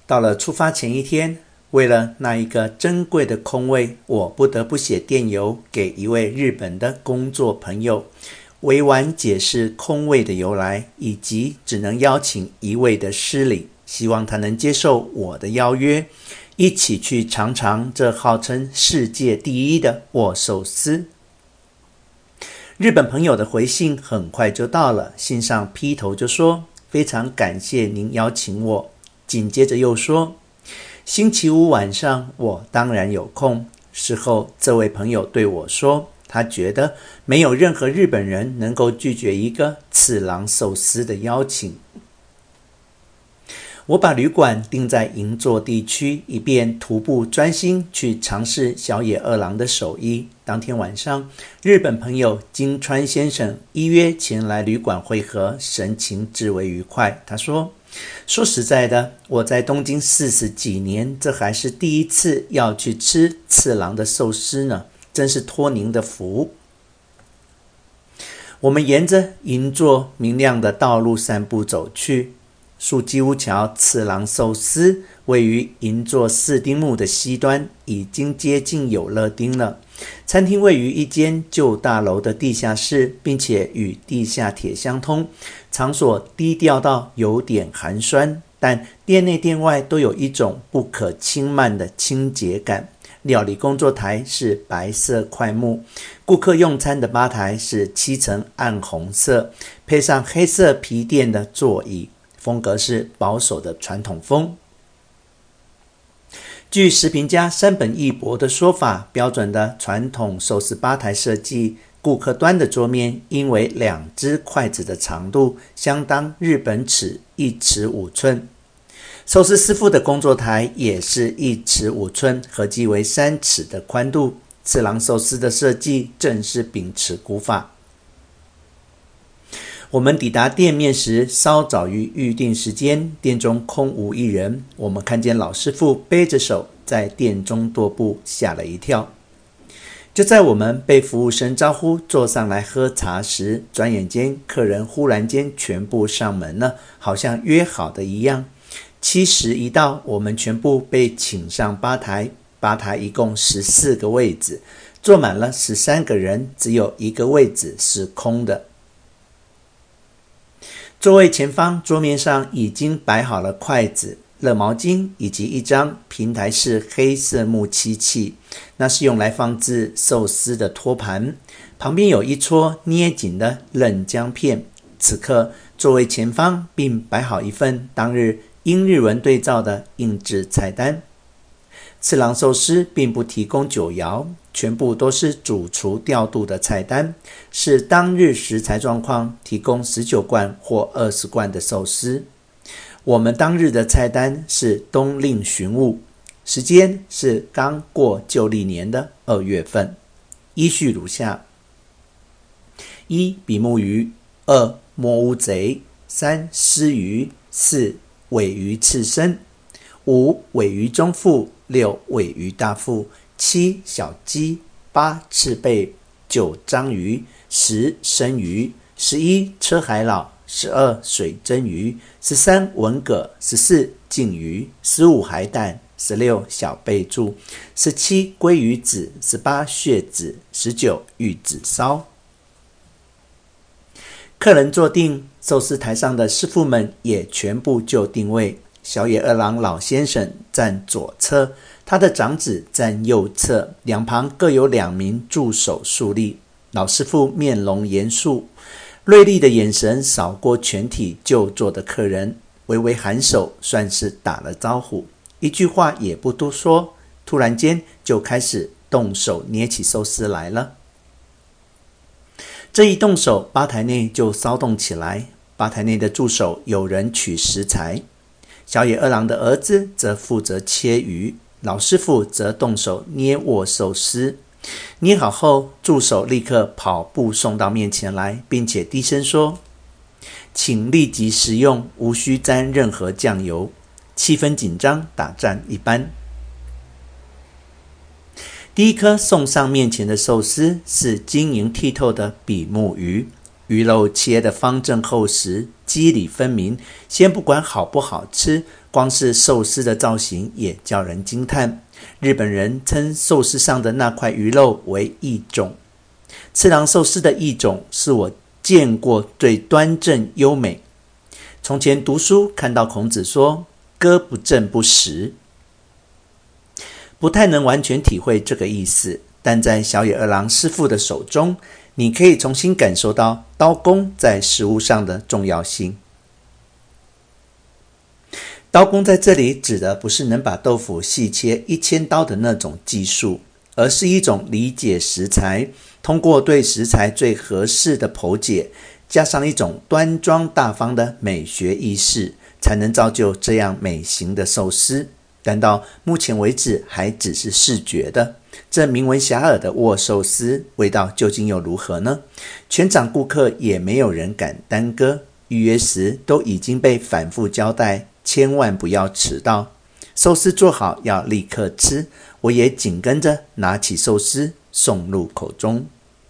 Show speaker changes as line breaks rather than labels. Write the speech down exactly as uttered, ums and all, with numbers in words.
到了出发前一天，为了那一个珍贵的空位，我不得不写电邮给一位日本的工作朋友，委婉解释空位的由来，以及只能邀请一位的师领，希望他能接受我的邀约，一起去尝尝这号称世界第一的握寿司。日本朋友的回信很快就到了，信上劈头就说非常感谢您邀请我，紧接着又说星期五晚上我当然有空。事后这位朋友对我说，他觉得没有任何日本人能够拒绝一个次郎寿司的邀请。我把旅馆定在银座地区，以便徒步专心去尝试小野二郎的手艺。当天晚上，日本朋友金川先生依约前来旅馆会合，神情至为愉快。他说，说实在的，我在东京四十几年，这还是第一次要去吃次郎的寿司呢，真是托您的福。我们沿着银座明亮的道路散步走去。树基屋桥次郎寿司位于银座四丁目的西端，已经接近有乐町了。餐厅位于一间旧大楼的地下室，并且与地下铁相通，场所低调到有点寒酸，但店内店外都有一种不可轻慢的清洁感。料理工作台是白色块木，顾客用餐的吧台是漆层暗红色，配上黑色皮垫的座椅，风格是保守的传统风。据食评家山本义博的说法，标准的传统寿司吧台设计，顾客端的桌面因为两只筷子的长度相当日本尺一尺五寸，寿司师傅的工作台也是一尺五寸，合计为三尺的宽度。次郎寿司的设计正是秉持古法。我们抵达店面时稍早于预定时间，店中空无一人。我们看见老师傅背着手在店中踱步，吓了一跳。就在我们被服务生招呼坐上来喝茶时，转眼间客人忽然间全部上门了，好像约好的一样。七时一到，我们全部被请上吧台，吧台一共十四个位置，坐满了十三个人，只有一个位置是空的。座位前方桌面上已经摆好了筷子、热毛巾以及一张平台式黑色木漆器，那是用来放置寿司的托盘。旁边有一撮捏紧的冷姜片。此刻座位前方并摆好一份当日英日文对照的印制菜单。次郎寿司并不提供酒肴，全部都是主厨调度的菜单，是当日食材状况提供十九罐或二十罐的寿司。我们当日的菜单是冬令旬物，时间是刚过旧历年的二月份。依序如下：一、比目鱼；二、摸乌贼；三、丝鱼；四、尾鱼刺身；五、尾鱼中腹；六、尾鱼大腹；七、小鸡；八、翅背；九、章鱼；十、生鱼；十一、车海老；十二、水蒸鱼；十三、文蛤；十四、鲭鱼；十五、海胆；十六、小贝柱；十七、鲑鱼子；十八、血子；十九、玉子烧。客人坐定，寿司台上的师傅们也全部就定位。小野二郎老先生站左侧，他的长子站右侧，两旁各有两名助手肃立。老师傅面容严肃，锐利的眼神扫过全体就坐的客人，微微颔首，算是打了招呼，一句话也不多说，突然间就开始动手捏起寿司来了。这一动手，吧台内就骚动起来。吧台内的助手有人取食材，小野二郎的儿子则负责切鱼，老师傅则动手捏握寿司。捏好后，助手立刻跑步送到面前来，并且低声说：请立即食用，无需沾任何酱油。气氛紧张，打战一般。第一颗送上面前的寿司是晶莹剔透的比目鱼， 鱼肉切得方正厚实，肌理分明，先不管好不好吃，光是寿司的造型也叫人惊叹。日本人称寿司上的那块鱼肉为异种。次郎寿司的异种是我见过最端正优美。从前读书看到孔子说歌不正不食，不太能完全体会这个意思，但在小野二郎师父的手中，你可以重新感受到刀工在食物上的重要性。刀工在这里指的不是能把豆腐细切一千刀的那种技术，而是一种理解食材，通过对食材最合适的剖解，加上一种端庄大方的美学意识，才能造就这样美型的寿司。但到目前为止还只是视觉的，这名闻遐迩的握寿司味道究竟又如何呢？全场顾客也没有人敢耽搁，预约时都已经被反复交代千万不要迟到，寿司做好要立刻吃，我也紧跟着拿起寿司送入口中。